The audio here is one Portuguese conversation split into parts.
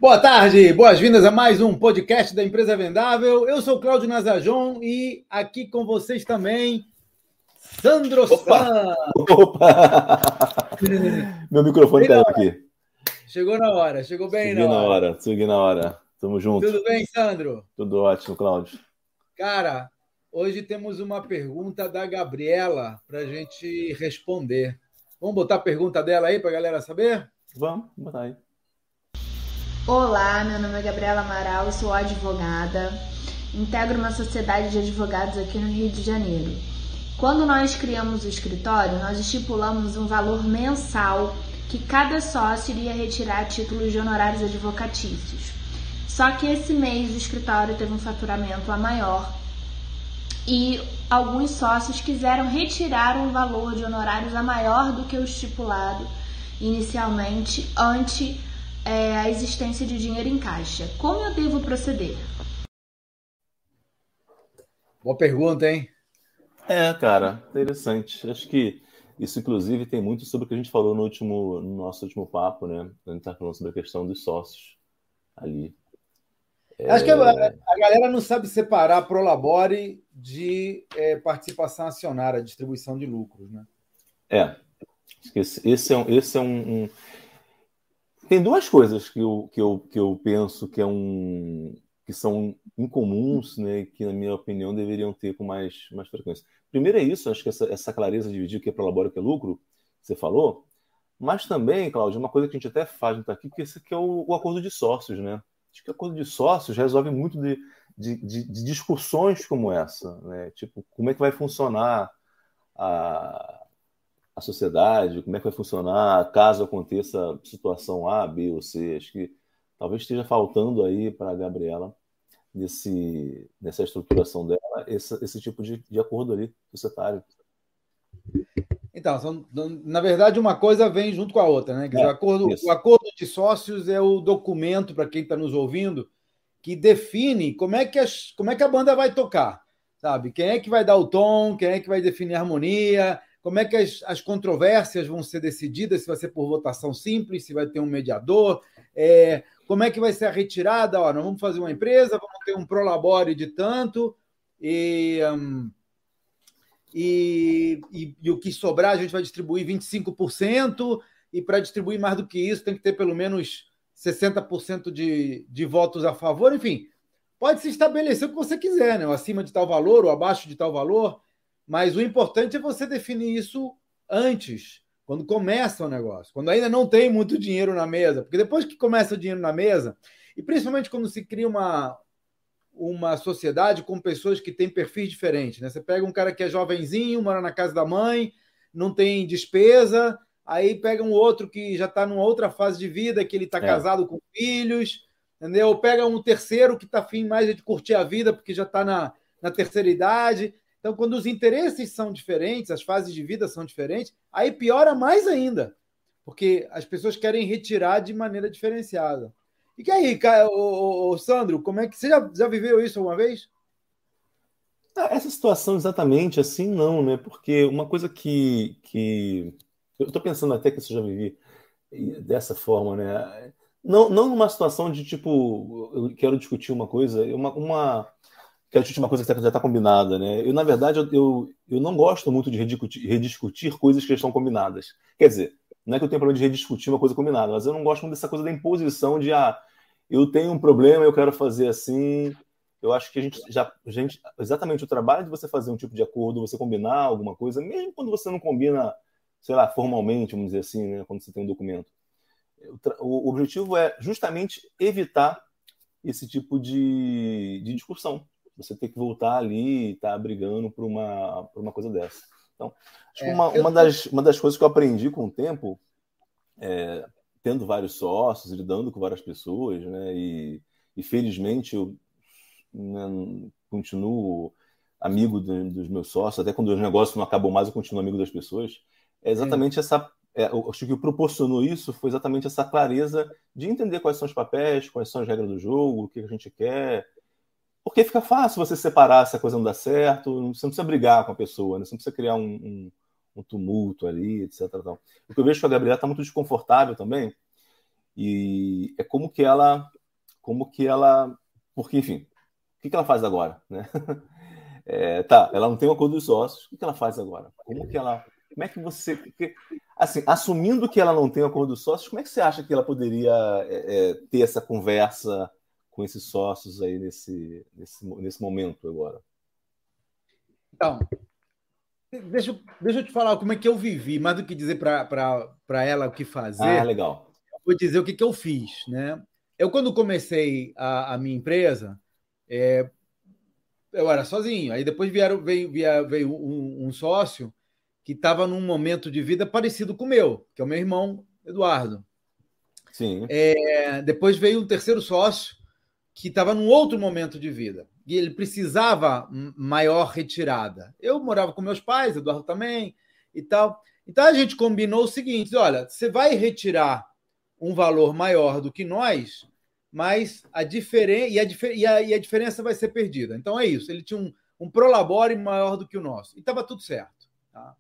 Boa tarde, boas-vindas a mais um podcast da Empresa Vendável. Eu sou Cláudio Nazajon e aqui com vocês também, Sandro San. Opa! Meu microfone caiu aqui. Chegou na hora, chegou bem na hora. Segui na hora. Tamo junto. Tudo bem, Sandro? Tudo ótimo, Cláudio. Cara, hoje temos uma pergunta da Gabriela para a gente responder. Vamos botar a pergunta dela aí para a galera saber? Vamos botar aí. Olá, meu nome é Gabriela Amaral, sou advogada, integro uma sociedade de advogados aqui no Rio de Janeiro. Quando nós criamos o escritório, nós estipulamos um valor mensal que cada sócio iria retirar a título de honorários advocatícios. Só que esse mês o escritório teve um faturamento a maior e alguns sócios quiseram retirar um valor de honorários a maior do que o estipulado inicialmente ante a existência de dinheiro em caixa. Como eu devo proceder? Boa pergunta, hein? Cara, interessante. Acho que isso, inclusive, tem muito sobre o que a gente falou no nosso último papo, né? A gente tá falando sobre a questão dos sócios ali. Acho que a galera não sabe separar prolabore de participação acionária, distribuição de lucros, né? Acho que esse é um... Tem duas coisas que eu penso que são incomuns, né, que, na minha opinião, deveriam ter com mais frequência. Primeiro é isso, acho que essa clareza de dividir o que é prolabore e o que é lucro, que você falou, mas também, Cláudio, uma coisa que a gente até faz no aqui, que esse aqui é o acordo de sócios, né? Acho que o acordo de sócios resolve muito de discussões como essa, né? Tipo, como é que vai funcionar a sociedade, como é que vai funcionar caso aconteça situação A, B ou C. Acho que talvez esteja faltando aí para a Gabriela, nessa estruturação dela, esse tipo de acordo ali, societário. Então, na verdade, uma coisa vem junto com a outra, né? Quer dizer, o acordo de sócios é o documento, para quem está nos ouvindo, que define como é que a banda vai tocar, sabe? Quem é que vai dar o tom, quem é que vai definir a harmonia, como é que as controvérsias vão ser decididas, se vai ser por votação simples, se vai ter um mediador, como é que vai ser a retirada. Nós vamos fazer uma empresa, vamos ter um prolabore de tanto, e o que sobrar a gente vai distribuir 25%, e para distribuir mais do que isso tem que ter pelo menos 60% de votos a favor. Enfim, pode se estabelecer o que você quiser, né? Ou acima de tal valor, ou abaixo de tal valor, mas o importante é você definir isso antes, quando começa o negócio, quando ainda não tem muito dinheiro na mesa, porque depois que começa o dinheiro na mesa, e principalmente quando se cria uma sociedade com pessoas que têm perfis diferentes, né? Você pega um cara que é jovenzinho, mora na casa da mãe, não tem despesa, aí pega um outro que já está numa outra fase de vida, que ele está casado com filhos, entendeu? Ou pega um terceiro que está afim mais de curtir a vida, porque já está na terceira idade. Então, quando os interesses são diferentes, as fases de vida são diferentes, aí piora mais ainda, porque as pessoas querem retirar de maneira diferenciada. E que aí, Sandro, como é que você já viveu isso alguma vez? Essa situação exatamente assim não, né? Porque uma coisa que eu estou pensando até que isso eu já vivi dessa forma, né? Não numa situação de tipo, eu quero discutir uma coisa, quero discutir uma coisa que já está combinada, né? Na verdade, eu não gosto muito de rediscutir coisas que já estão combinadas. Quer dizer, não é que eu tenho problema de rediscutir uma coisa combinada, mas eu não gosto muito dessa coisa da imposição de eu tenho um problema, eu quero fazer assim. Eu acho que exatamente o trabalho de você fazer um tipo de acordo, você combinar alguma coisa, mesmo quando você não combina, sei lá, formalmente, vamos dizer assim, né, quando você tem um documento. O objetivo é justamente evitar esse tipo de discussão. Você tem que voltar ali e estar brigando por uma coisa dessa. Então, acho que uma das coisas que eu aprendi com o tempo, tendo vários sócios, lidando com várias pessoas, né, e felizmente eu continuo amigo dos meus sócios, até quando os negócios não acabam mais, eu continuo amigo das pessoas. É exatamente eu acho que o que proporcionou isso foi exatamente essa clareza de entender quais são os papéis, quais são as regras do jogo, o que a gente quer. Porque fica fácil você separar se a coisa não dá certo, você não precisa brigar com a pessoa, né? Você não precisa criar um tumulto ali, etc. O que eu vejo que a Gabriela está muito desconfortável também E é porque, enfim, o que ela faz agora, né? Tá, ela não tem um acordo dos sócios, o que ela faz agora? Como é que você, assim, assumindo que ela não tem um acordo dos sócios, como é que você acha que ela poderia ter essa conversa com esses sócios aí nesse momento agora? Então, deixa eu te falar como é que eu vivi, mais do que dizer para ela o que fazer, legal. vou dizer o que eu fiz, né? Eu, quando comecei a minha empresa, eu era sozinho. Aí depois veio um sócio que estava num momento de vida parecido com o meu, que é o meu irmão, Eduardo. Sim. Depois veio um terceiro sócio que estava num outro momento de vida. E ele precisava maior retirada. Eu morava com meus pais, Eduardo também, e tal. Então a gente combinou o seguinte: olha, você vai retirar um valor maior do que nós, mas a diferença vai ser perdida. Então é isso. Ele tinha um prolabore maior do que o nosso. E estava tudo certo. Tá?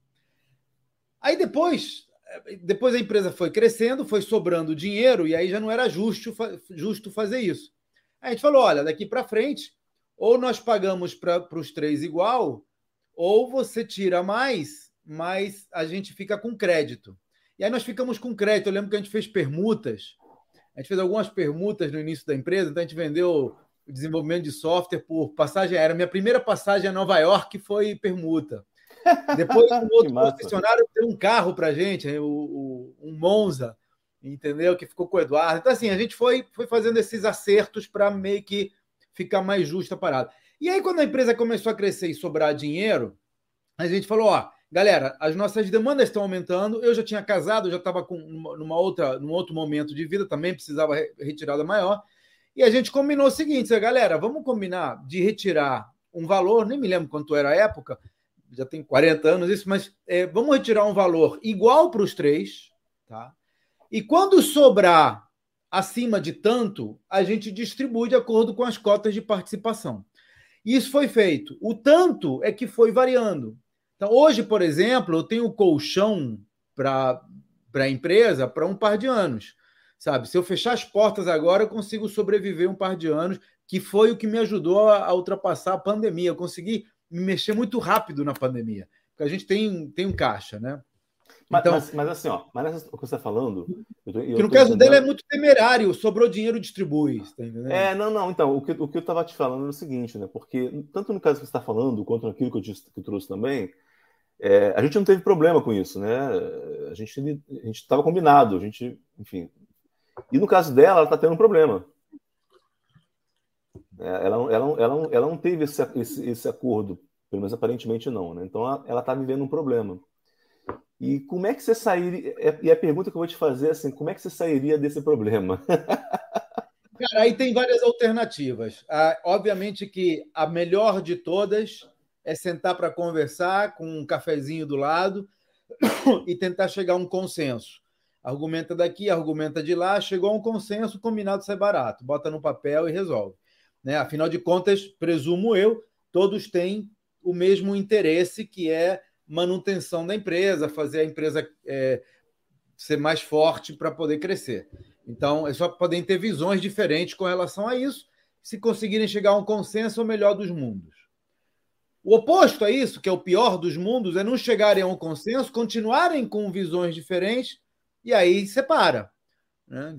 Aí depois a empresa foi crescendo, foi sobrando dinheiro, e aí já não era justo fazer isso. Aí a gente falou: olha, daqui para frente, ou nós pagamos para os três igual, ou você tira mais, mas a gente fica com crédito. E aí nós ficamos com crédito. Eu lembro que a gente fez permutas. A gente fez algumas permutas no início da empresa, então a gente vendeu o desenvolvimento de software por passagem aérea. Minha primeira passagem a Nova York foi permuta. Depois, um outro concessionário deu um carro para a gente, um Monza, entendeu? Que ficou com o Eduardo. Então, assim, a gente foi fazendo esses acertos para meio que ficar mais justa a parada. E aí, quando a empresa começou a crescer e sobrar dinheiro, a gente falou: ó, galera, as nossas demandas estão aumentando. Eu já tinha casado, já estava num outro momento de vida, também precisava retirada maior. E a gente combinou o seguinte: galera, vamos combinar de retirar um valor, nem me lembro quanto era a época, já tem 40 anos isso, mas vamos retirar um valor igual para os três, tá? E quando sobrar acima de tanto, a gente distribui de acordo com as cotas de participação. E isso foi feito. O tanto é que foi variando. Então, hoje, por exemplo, eu tenho colchão para a empresa para um par de anos. Sabe? Se eu fechar as portas agora, eu consigo sobreviver um par de anos, que foi o que me ajudou a ultrapassar a pandemia. Eu consegui me mexer muito rápido na pandemia, porque a gente tem um caixa, né? Então, mas assim, ó, mas o que você está falando... que no caso dele é muito temerário, sobrou dinheiro, distribui. Tá entendendo? Não. Então, o que eu estava te falando é o seguinte, né? Porque tanto no caso que você está falando, quanto naquilo que eu trouxe também, a gente não teve problema com isso, né? A gente estava combinado, enfim. E no caso dela, ela está tendo um problema. Ela não teve esse acordo, pelo menos aparentemente não, né? Então ela está vivendo um problema. E como é que você sairia? E a pergunta que eu vou te fazer é assim: como é que você sairia desse problema? Cara, aí tem várias alternativas. Obviamente que a melhor de todas é sentar para conversar com um cafezinho do lado e tentar chegar a um consenso. Argumenta daqui, argumenta de lá, chegou a um consenso, combinado sai barato. Bota no papel e resolve. Né? Afinal de contas, presumo eu, todos têm o mesmo interesse, que é manutenção da empresa, fazer a empresa ser mais forte para poder crescer. Então, só podem ter visões diferentes com relação a isso. Se conseguirem chegar a um consenso, é o melhor dos mundos. O oposto a isso, que é o pior dos mundos, é não chegarem a um consenso, continuarem com visões diferentes, e aí separa. Né?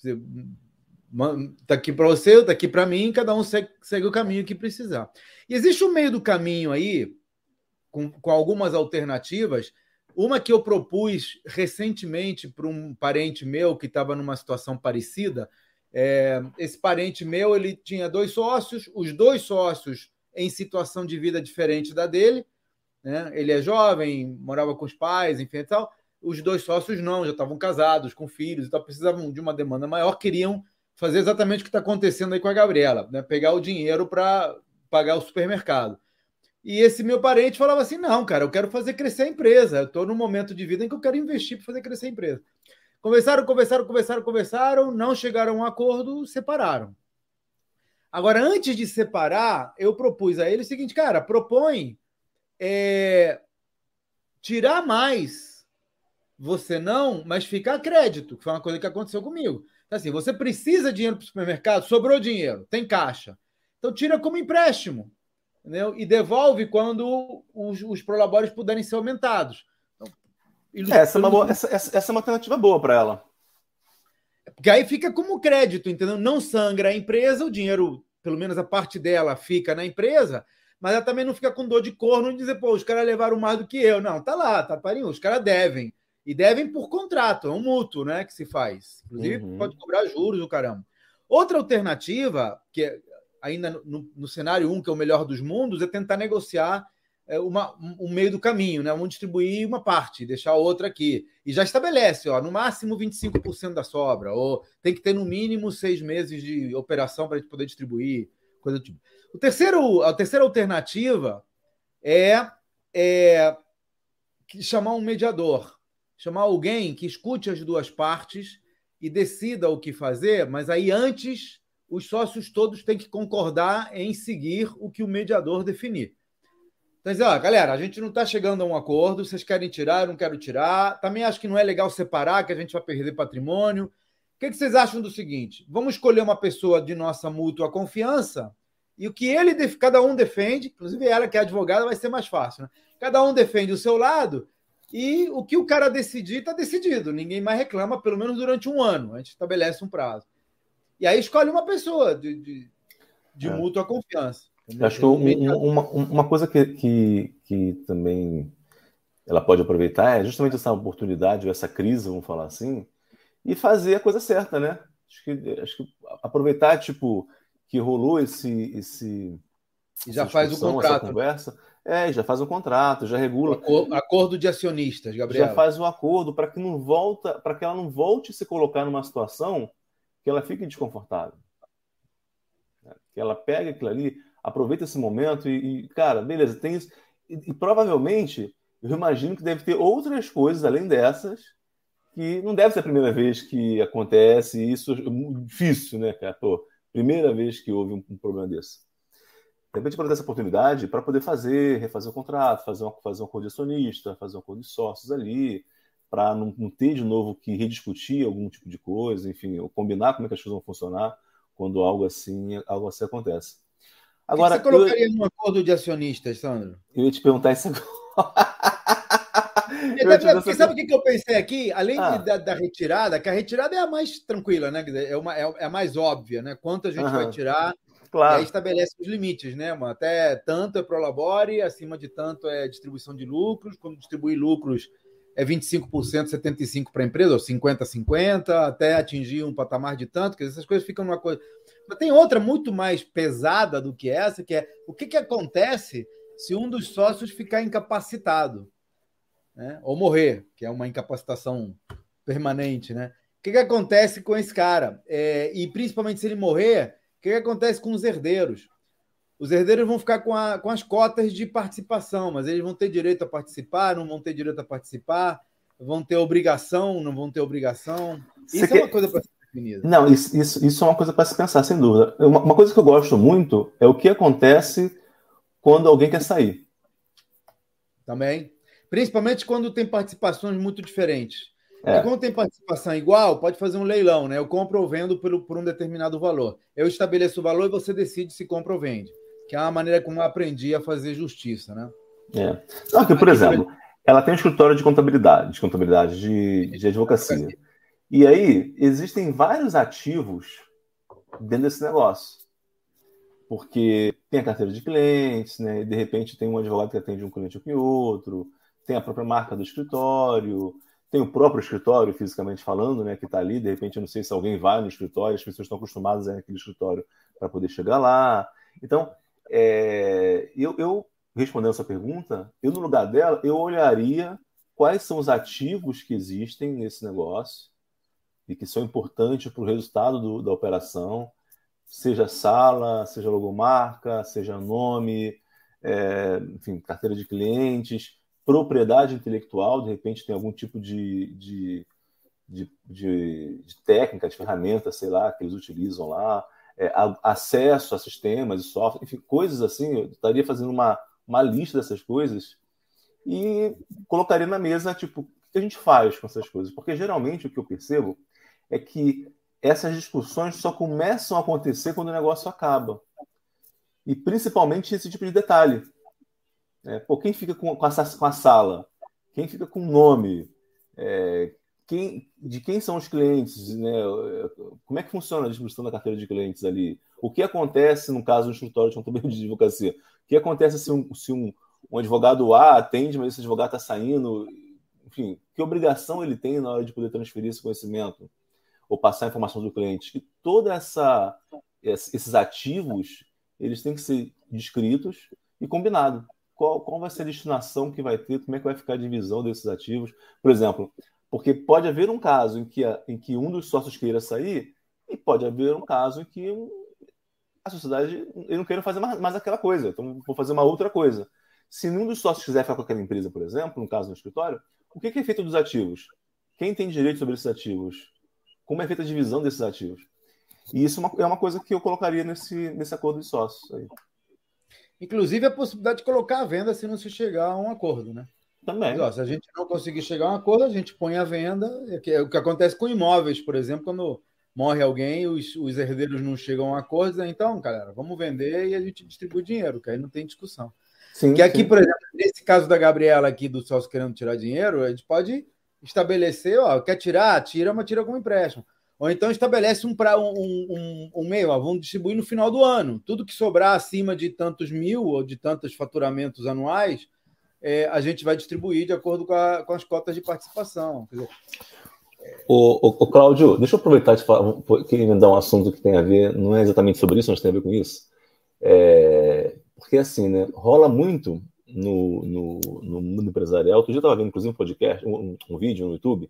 Está aqui para você, está aqui para mim, cada um segue o caminho que precisar. E existe um meio do caminho aí, com algumas alternativas. Uma que eu propus recentemente para um parente meu que estava numa situação parecida. Esse parente meu, ele tinha 2 sócios, os 2 sócios em situação de vida diferente da dele, né? Ele é jovem, morava com os pais, enfim e tal. Os 2 sócios não, já estavam casados, com filhos, então precisavam de uma demanda maior, queriam fazer exatamente o que está acontecendo aí com a Gabriela, né? Pegar o dinheiro para pagar o supermercado. E esse meu parente falava assim: não, cara, eu quero fazer crescer a empresa. Eu estou num momento de vida em que eu quero investir para fazer crescer a empresa. Conversaram, não chegaram a um acordo, separaram. Agora, antes de separar, eu propus a ele o seguinte: cara, propõe tirar mais, você não, mas ficar a crédito, que foi uma coisa que aconteceu comigo. Assim, você precisa de dinheiro para o supermercado, sobrou dinheiro, tem caixa. Então tira como empréstimo, entendeu? E devolve quando os prolabores puderem ser aumentados. Então, essa é uma alternativa boa para ela. Porque aí fica como crédito, entendeu? Não sangra a empresa, o dinheiro, pelo menos a parte dela, fica na empresa, mas ela também não fica com dor de corno de dizer, pô, os caras levaram mais do que eu. Não, tá lá, tá parinho, os caras devem. E devem por contrato, é um mútuo, né, que se faz. Inclusive, pode cobrar juros, o caramba. Outra alternativa, que é ainda no cenário 1, que é o melhor dos mundos, é tentar negociar um meio do caminho, né? Vamos distribuir uma parte, deixar a outra aqui. E já estabelece, ó, no máximo 25% da sobra, ou tem que ter no mínimo 6 meses de operação para a gente poder distribuir, coisa do tipo. A terceira alternativa é chamar um mediador, chamar alguém que escute as duas partes e decida o que fazer, mas aí antes os sócios todos têm que concordar em seguir o que o mediador definir. Então, galera, a gente não está chegando a um acordo, vocês querem tirar, eu não quero tirar. Também acho que não é legal separar, que a gente vai perder patrimônio. O que vocês acham do seguinte? Vamos escolher uma pessoa de nossa mútua confiança e o que cada um defende, inclusive ela que é advogada, vai ser mais fácil, né? Cada um defende o seu lado e o que o cara decidir, está decidido. Ninguém mais reclama, pelo menos durante um ano. A gente estabelece um prazo. E aí escolhe uma pessoa de mútua confiança. Acho que uma coisa que também ela pode aproveitar é justamente essa oportunidade, ou essa crise, vamos falar assim, e fazer a coisa certa, né? Acho que aproveitar, tipo, que rolou esse já faz o contrato. Essa conversa, já faz o contrato, já regula. Acordo de acionistas, Gabriel. Já faz um acordo para que ela não volte a se colocar numa situação que ela fique desconfortável. Que ela pega aquilo ali, aproveita esse momento e cara, beleza, tem isso. E provavelmente, eu imagino que deve ter outras coisas além dessas, que não deve ser a primeira vez que acontece, e isso é muito difícil, né, cara? Pô, primeira vez que houve um problema desse. De repente, aproveitar essa oportunidade para poder refazer o contrato, fazer um acordo de acionista, fazer um acordo de sócios ali, para não ter de novo que rediscutir algum tipo de coisa, enfim, ou combinar como é que as coisas vão funcionar quando algo assim acontece. Agora, o que você colocaria num acordo de acionistas, Sandro? Eu ia te perguntar isso agora. Porque sabe o que eu pensei aqui? Além da retirada, que a retirada é a mais tranquila, né? É a mais óbvia, né? Quanto a gente vai tirar, claro. E aí estabelece os limites, né? Até tanto é prolabore, acima de tanto é distribuição de lucros, quando distribui lucros é 25%, 75% para a empresa, ou 50%, até atingir um patamar de tanto, que essas coisas ficam numa coisa. Mas tem outra muito mais pesada do que essa, que é o que acontece se um dos sócios ficar incapacitado, né? Ou morrer, que é uma incapacitação permanente, né? O que acontece com esse cara? E principalmente se ele morrer, o que acontece com os herdeiros? Os herdeiros vão ficar com as cotas de participação, mas eles vão ter direito a participar, não vão ter direito a participar, vão ter obrigação, não vão ter obrigação. Isso é uma coisa para ser definida. Não, isso é uma coisa para se pensar, sem dúvida. Uma coisa que eu gosto muito é o que acontece quando alguém quer sair. Também. Principalmente quando tem participações muito diferentes. Porque quando tem participação igual, pode fazer um leilão, né? Eu compro ou vendo por um determinado valor. Eu estabeleço o valor e você decide se compra ou vende. Que é uma maneira como eu aprendi a fazer justiça, né? Não, por exemplo, ela tem um escritório de contabilidade de advocacia. E aí, existem vários ativos dentro desse negócio. Porque tem a carteira de clientes, né? E de repente tem um advogado que atende um cliente ou que outro, tem a própria marca do escritório, tem o próprio escritório, fisicamente falando, né? Que está ali. De repente, eu não sei se alguém vai no escritório, as pessoas estão acostumadas a ir naquele escritório para poder chegar lá. Então, eu respondendo essa pergunta, no lugar dela, eu olharia quais são os ativos que existem nesse negócio e que são importantes para o resultado da operação, seja sala, seja logomarca, seja nome, enfim, carteira de clientes, propriedade intelectual, de repente tem algum tipo de técnica, de ferramenta, sei lá, que eles utilizam lá, acesso a sistemas e software, enfim, coisas assim. Eu estaria fazendo uma lista dessas coisas e colocaria na mesa, tipo, o que a gente faz com essas coisas? Porque geralmente o que eu percebo é que essas discussões só começam a acontecer quando o negócio acaba. E principalmente esse tipo de detalhe. Pô, quem fica com a sala? Quem fica com o nome? De quem são os clientes? Né? Como é que funciona a distribuição da carteira de clientes ali? O que acontece no caso do escritório de contabilidade de advocacia? O que acontece se um advogado A atende, mas esse advogado está saindo? Enfim, que obrigação ele tem na hora de poder transferir esse conhecimento ou passar a informação do cliente? Que todos esses ativos eles têm que ser descritos e combinados. Qual vai ser a destinação que vai ter? Como é que vai ficar a divisão desses ativos? Por exemplo, porque pode haver um caso em que um dos sócios queira sair e pode haver um caso em que a sociedade ele não queira fazer mais aquela coisa. Então, vou fazer uma outra coisa. Se nenhum dos sócios quiser ficar com aquela empresa, por exemplo, no caso no escritório, o que é feito dos ativos? Quem tem direito sobre esses ativos? Como é feita a divisão desses ativos? E isso é uma coisa que eu colocaria nesse acordo de sócios aí. Inclusive a possibilidade de colocar à venda se não se chegar a um acordo, né? Também. Mas, se a gente não conseguir chegar a um acordo, a gente põe à venda. É o que acontece com imóveis, por exemplo, quando morre alguém, os herdeiros não chegam a um acordo, então, galera, vamos vender e a gente distribui dinheiro, que aí não tem discussão. Sim, que aqui, por exemplo, nesse caso da Gabriela aqui, do sócio querendo tirar dinheiro, a gente pode estabelecer, quer tirar? Tira, mas tira como empréstimo. Ou então estabelece um meio, vamos distribuir no final do ano. Tudo que sobrar acima de tantos mil ou de tantos faturamentos anuais, a gente vai distribuir de acordo com as cotas de participação. Quer dizer, o Cláudio, deixa eu aproveitar que me dá um assunto que tem a ver, não é exatamente sobre isso, mas tem a ver com isso. Porque assim, né, rola muito no mundo empresarial. Outro dia eu estava vendo, inclusive, um podcast, um vídeo no YouTube,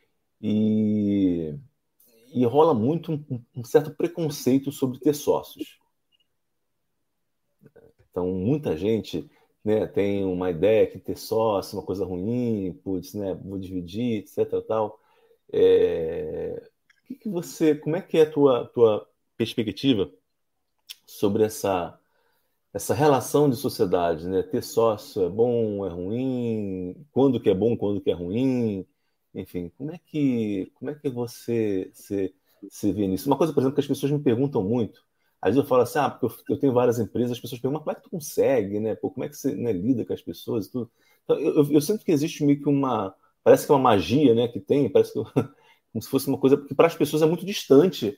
e rola muito um certo preconceito sobre ter sócios. Então, muita gente, né, tem uma ideia que ter sócio é uma coisa ruim, putz, né, vou dividir, etc. Tal. Como é que é a tua perspectiva sobre essa relação de sociedade, né? Ter sócio é bom, é ruim? Quando que é bom, quando que é ruim? Enfim, como é que você vê nisso? Uma coisa, por exemplo, que as pessoas me perguntam muito, às vezes eu falo assim, porque eu tenho várias empresas, as pessoas perguntam, mas como é que tu consegue, né? Pô, como é que você, né, lida com as pessoas e tudo? Então, eu sinto que existe meio que parece que é uma magia, né, que tem, parece que como se fosse uma coisa que para as pessoas é muito distante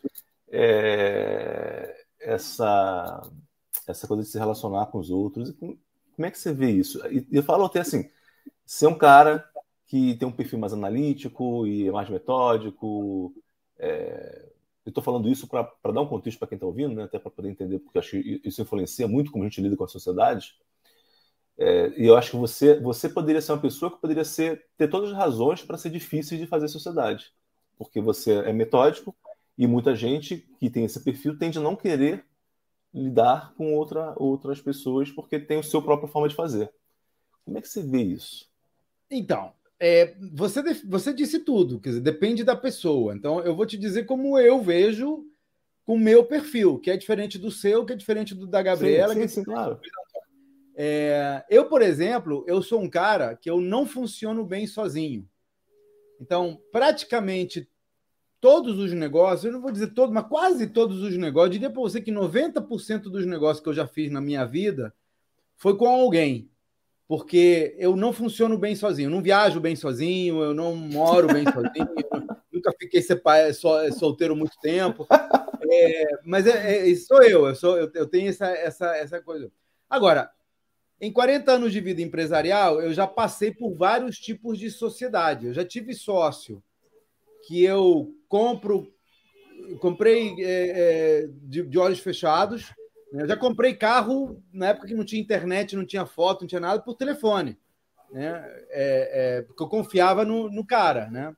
essa coisa de se relacionar com os outros. Como é que você vê isso? E eu falo até assim, ser um cara que tem um perfil mais analítico e é mais metódico. Eu estou falando isso para dar um contexto para quem está ouvindo, né? Até para poder entender, porque eu acho que isso influencia muito como a gente lida com a sociedade. E eu acho que você poderia ser uma pessoa que poderia ter todas as razões para ser difícil de fazer sociedade, porque você é metódico e muita gente que tem esse perfil tende a não querer lidar com outras pessoas porque tem o seu própria forma de fazer. Como é que você vê isso? Então, você disse tudo, quer dizer, depende da pessoa. Então, eu vou te dizer como eu vejo com o meu perfil, que é diferente do seu, que é diferente do da Gabriela. Sim, claro. Eu, por exemplo, eu sou um cara que eu não funciono bem sozinho. Então, praticamente todos os negócios, eu não vou dizer todos, mas quase todos os negócios, eu diria para você que 90% dos negócios que eu já fiz na minha vida foi com alguém. Porque eu não funciono bem sozinho, eu não viajo bem sozinho, eu não moro bem sozinho, nunca fiquei solteiro muito tempo. Mas sou eu tenho essa coisa. Agora, em 40 anos de vida empresarial, eu já passei por vários tipos de sociedade. Eu já tive sócio que eu comprei de olhos fechados. Eu já comprei carro na época que não tinha internet, não tinha foto, não tinha nada, por telefone, né? Porque eu confiava no cara, né?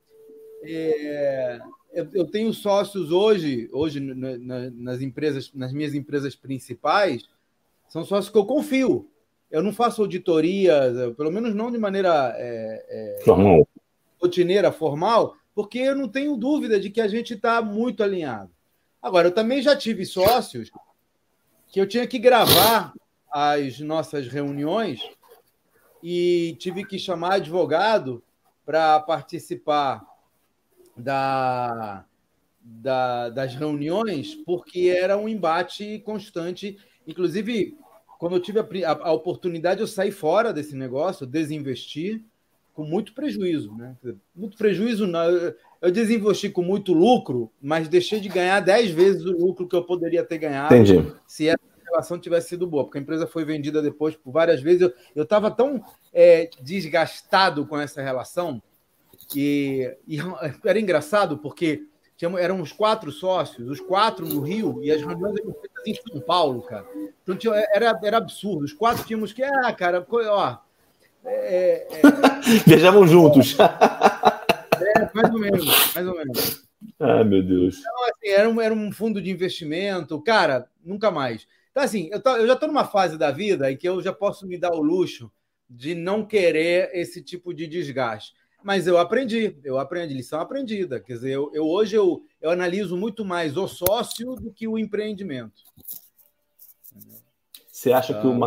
Eu tenho sócios hoje nas minhas empresas principais, são sócios que eu confio. Eu não faço auditorias, pelo menos não de maneira rotineira, formal, porque eu não tenho dúvida de que a gente está muito alinhado. Agora, eu também já tive sócios que eu tinha que gravar as nossas reuniões e tive que chamar advogado para participar das reuniões, porque era um embate constante. Inclusive, quando eu tive a oportunidade, eu saí fora desse negócio, desinvesti com muito prejuízo, né? Muito prejuízo, não. Eu desinvesti com muito lucro, mas deixei de ganhar 10 vezes o lucro que eu poderia ter ganhado. Entendi. Se essa relação tivesse sido boa, porque a empresa foi vendida depois por várias vezes. Eu estava tão desgastado com essa relação que era engraçado, porque eram os 4 sócios, os 4 no Rio, e as reuniões eram feitas em São Paulo, cara. Então era absurdo. Os 4 tínhamos que, cara, ó. Viajavam juntos. Mais ou menos. Ah, meu Deus. Então, assim, era um fundo de investimento, cara, nunca mais. Então, assim, eu já estou numa fase da vida em que eu já posso me dar o luxo de não querer esse tipo de desgaste. Mas eu aprendi, lição aprendida. Quer dizer, hoje eu analiso muito mais o sócio do que o empreendimento. Você acha que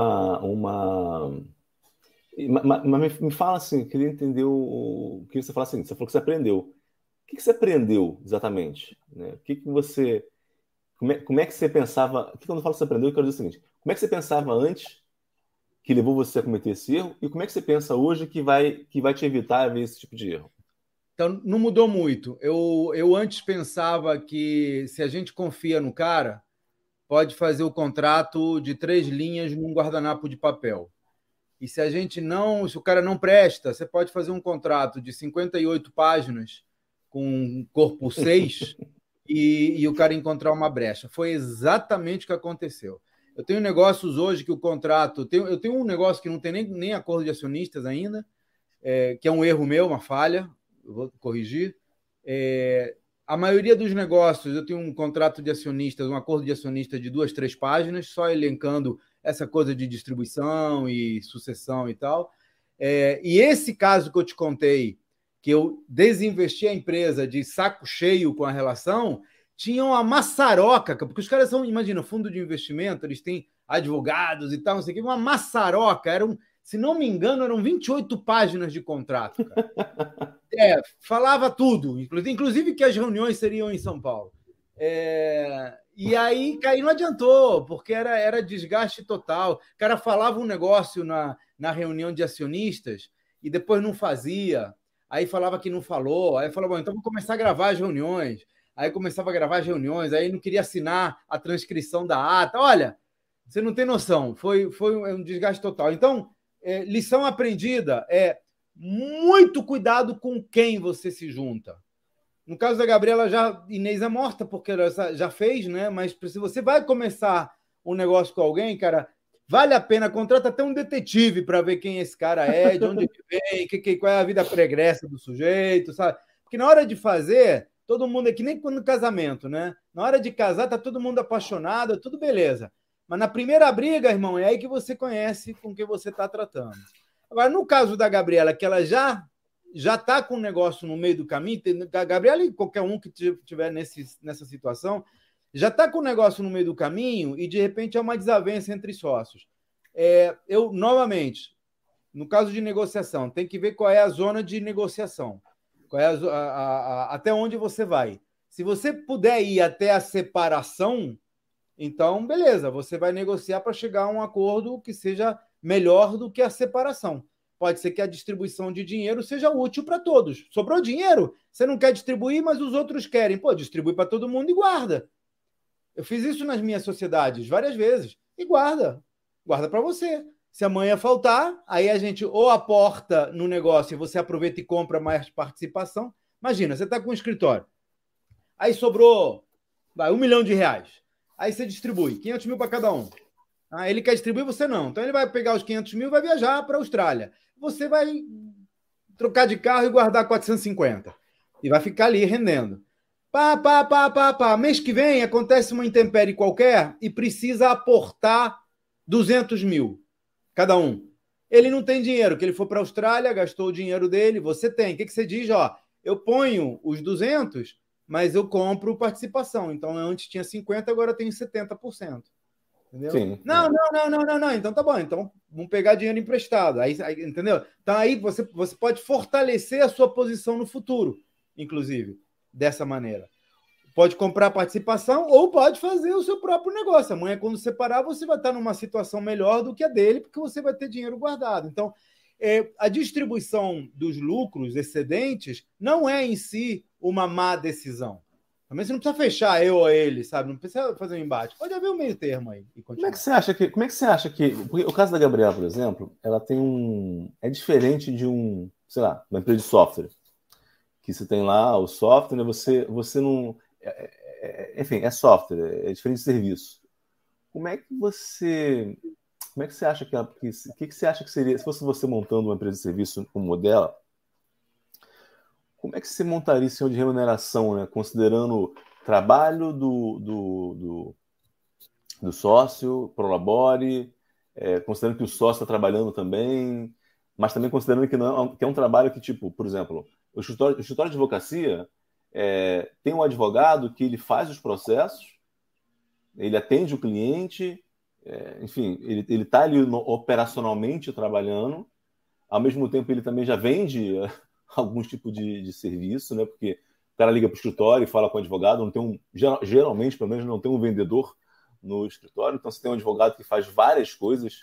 Mas me fala assim, queria entender o que você fala assim. Você falou que você aprendeu. O que você aprendeu exatamente? Né? O que você... Como é que você pensava... Quando eu falo que você aprendeu, eu quero dizer o seguinte. Como é que você pensava antes que levou você a cometer esse erro? E como é que você pensa hoje que vai te evitar ver esse tipo de erro? Então, não mudou muito. Eu antes pensava que se a gente confia no cara, pode fazer o contrato de 3 linhas num guardanapo de papel. E se o cara não presta, você pode fazer um contrato de 58 páginas com corpo 6 e o cara encontrar uma brecha. Foi exatamente o que aconteceu. Eu tenho negócios hoje que o contrato... Eu tenho um negócio que não tem nem acordo de acionistas ainda, que é um erro meu, uma falha, eu vou corrigir. A maioria dos negócios, eu tenho um contrato de acionistas, um acordo de acionistas de 2, 3 páginas, só elencando essa coisa de distribuição e sucessão e tal. E esse caso que eu te contei, que eu desinvesti a empresa de saco cheio com a relação, tinha uma maçaroca, porque os caras são, imagina, fundo de investimento, eles têm advogados e tal, não sei o que, uma maçaroca, se não me engano, eram 28 páginas de contrato, cara. Falava tudo, inclusive que as reuniões seriam em São Paulo. E aí não adiantou, porque era desgaste total. O cara falava um negócio na reunião de acionistas e depois não fazia. Aí falava que não falou. Aí falou, bom, então vou começar a gravar as reuniões. Aí começava a gravar as reuniões, aí não queria assinar a transcrição da ata. Olha, você não tem noção, foi um desgaste total. Então, lição aprendida muito cuidado com quem você se junta. No caso da Gabriela, Inês é morta, porque ela já fez, né? Mas se você vai começar um negócio com alguém, cara, vale a pena, contrata até um detetive para ver quem esse cara é, de onde ele vem, qual é a vida pregressa do sujeito, sabe? Porque na hora de fazer, todo mundo é que nem no casamento, né? Na hora de casar, tá todo mundo apaixonado, tudo beleza. Mas na primeira briga, irmão, é aí que você conhece com quem você está tratando. Agora, no caso da Gabriela, que ela já está com um negócio no meio do caminho, a Gabriela e qualquer um que estiver nessa situação, já está com um negócio no meio do caminho e, de repente, é uma desavença entre sócios. Novamente, no caso de negociação, tem que ver qual é a zona de negociação, qual é até onde você vai. Se você puder ir até a separação, então, beleza, você vai negociar para chegar a um acordo que seja melhor do que a separação. Pode ser que a distribuição de dinheiro seja útil para todos. Sobrou dinheiro, você não quer distribuir, mas os outros querem. Pô, distribui para todo mundo e guarda. Eu fiz isso nas minhas sociedades várias vezes. E guarda. Guarda para você. Se amanhã faltar, aí a gente ou aporta no negócio e você aproveita e compra mais participação. Imagina, você está com um escritório. Aí sobrou R$1 milhão. Aí você distribui 500 mil para cada um. Ele quer distribuir, você não. Então ele vai pegar os 500 mil e vai viajar para a Austrália. Você vai trocar de carro e guardar 450. E vai ficar ali rendendo. Mês que vem acontece uma intempérie qualquer e precisa aportar 200 mil cada um. Ele não tem dinheiro, que ele foi para a Austrália, gastou o dinheiro dele, você tem. O que você diz? Eu ponho os 200, mas eu compro participação. Então, antes tinha 50%, agora tenho 70%. Entendeu? Sim. Não. Então tá bom. Então vamos pegar dinheiro emprestado. Aí, entendeu? Então aí você pode fortalecer a sua posição no futuro, inclusive, dessa maneira. pode comprar participação ou pode fazer o seu próprio negócio. Amanhã, quando separar, você vai estar numa situação melhor do que a dele, porque você vai ter dinheiro guardado. Então, a distribuição dos lucros excedentes não é em si uma má decisão. Também você não precisa fechar eu ou ele, sabe? Não precisa fazer um embate. Pode haver um meio termo aí. Como é que você acha que... Porque o caso da Gabriela, por exemplo, ela tem é diferente de sei lá, uma empresa de software. Que você tem lá o software, né? Você não... enfim, é software, é diferente de serviço. Como é que você acha que você acha que seria, se fosse você montando uma empresa de serviço como o dela, como é que você montaria esse sistema de remuneração, né? Considerando trabalho do sócio, prolabore, considerando que o sócio está trabalhando também, mas também considerando que é um trabalho que, tipo, por exemplo, o escritório de advocacia tem um advogado que ele faz os processos, ele atende o cliente, enfim, ele está ali operacionalmente trabalhando, ao mesmo tempo ele também já vende alguns tipos de serviço, né? Porque o cara liga para o escritório e fala com o advogado, não tem geralmente, pelo menos, não tem um vendedor no escritório, então você tem um advogado que faz várias coisas.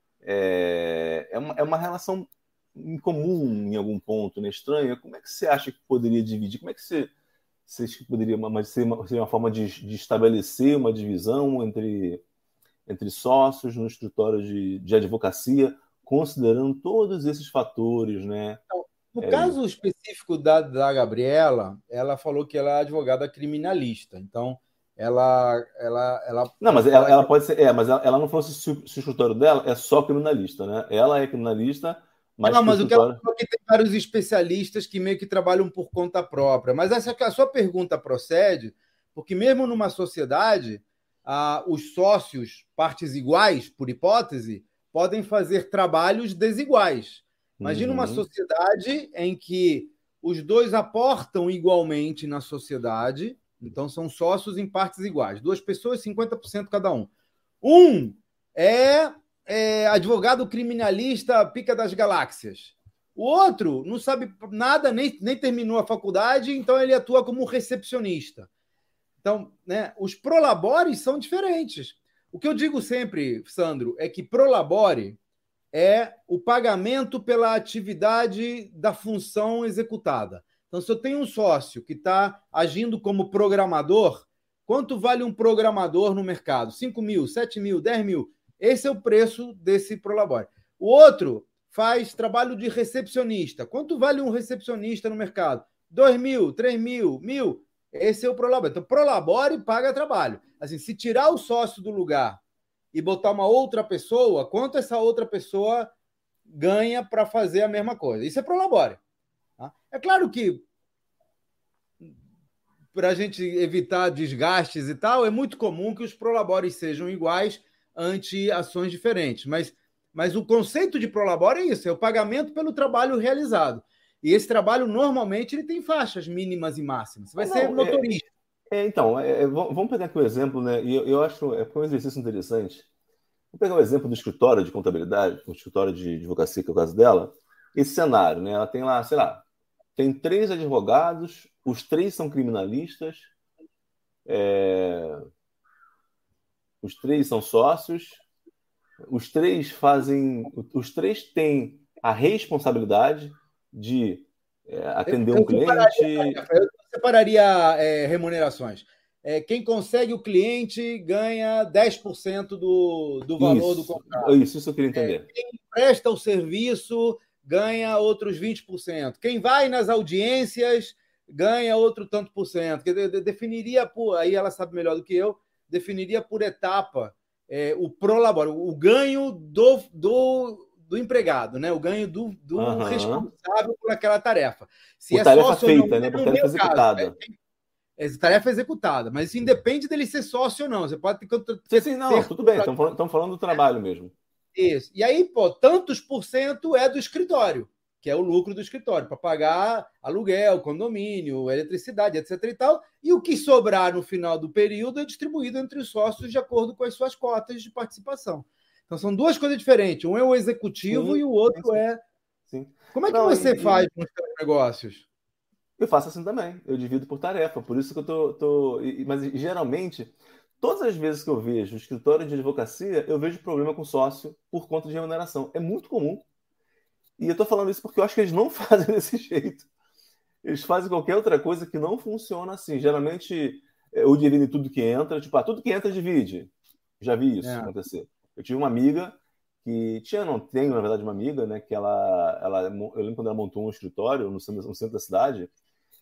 É uma relação incomum em algum ponto, né? Estranha. Como é que você acha que poderia dividir? Como é que você poderia ser uma forma de estabelecer uma divisão entre sócios no escritório de advocacia, considerando todos esses fatores, né? Então, no caso específico da Gabriela, ela falou que ela é advogada criminalista. Então, ela não, mas ela pode ser... mas ela não falou se o escritório dela é só criminalista, né? Ela é criminalista, mas... Não, mas o que ela falou é que tem vários especialistas que meio que trabalham por conta própria. Mas a sua pergunta procede, porque mesmo numa sociedade, os sócios, partes iguais, por hipótese, podem fazer trabalhos desiguais. Imagina uma sociedade em que os dois aportam igualmente na sociedade, então são sócios em partes iguais. 2 pessoas, 50% cada um. Um é advogado criminalista pica das galáxias. O outro não sabe nada, nem terminou a faculdade, então ele atua como recepcionista. Então, né, os prolabores são diferentes. O que eu digo sempre, Sandro, é que prolabore é o pagamento pela atividade da função executada. Então, se eu tenho um sócio que está agindo como programador, quanto vale um programador no mercado? 5 mil, 7 mil, 10 mil. Esse é o preço desse prolabore. O outro faz trabalho de recepcionista. Quanto vale um recepcionista no mercado? 2 mil, 3 mil, 1.000. Esse é o prolabore. Então, prolabore paga trabalho. Assim, se tirar o sócio do lugar e botar uma outra pessoa, quanto essa outra pessoa ganha para fazer a mesma coisa? Isso é prolabore. Tá? É claro que, para a gente evitar desgastes e tal, é muito comum que os prolabores sejam iguais ante ações diferentes. Mas o conceito de prolabore é isso, é o pagamento pelo trabalho realizado. E esse trabalho, normalmente, ele tem faixas mínimas e máximas. Você vai ser motorista. Então, vamos pegar aqui o exemplo, né? E eu acho foi um exercício interessante. Vou pegar o exemplo do escritório de contabilidade, o escritório de advocacia, que é o caso dela. Esse cenário, né? Ela tem lá, sei lá, tem 3 advogados, os 3 são criminalistas, os 3 são sócios, os 3 têm a responsabilidade de atender um cliente. Eu separaria remunerações. Quem consegue o cliente ganha 10% do valor do contrato. Isso eu queria entender. Quem presta o serviço ganha outros 20%. Quem vai nas audiências ganha outro tanto por cento. Definiria aí ela sabe melhor do que eu, definiria por etapa o prolabore, o ganho do empregado, né? O ganho do responsável por aquela tarefa. Se tarefa feita, né? Por tarefa executada. Tarefa executada, mas isso independe dele ser sócio ou não. Você pode ter... Sim, não, tudo bem, estamos falando do trabalho mesmo. Isso. E aí, tantos por cento é do escritório, que é o lucro do escritório, para pagar aluguel, condomínio, eletricidade, etc. e tal. E o que sobrar no final do período é distribuído entre os sócios de acordo com as suas cotas de participação. Então, são 2 coisas diferentes. Um é o executivo e o outro é... Sim. Como é que você faz nos seus negócios? Eu faço assim também, eu divido por tarefa, por isso que eu tô... Mas geralmente, todas as vezes que eu vejo escritório de advocacia, eu vejo problema com sócio por conta de remuneração. É muito comum. E eu tô falando isso porque eu acho que eles não fazem desse jeito. Eles fazem qualquer outra coisa que não funciona assim. Geralmente, eu divido em tudo que entra, tipo, tudo que entra divide. Já vi isso É. acontecer. Eu tive uma amiga que não tenho, na verdade, uma amiga, né, que eu lembro quando ela montou um escritório no centro da cidade,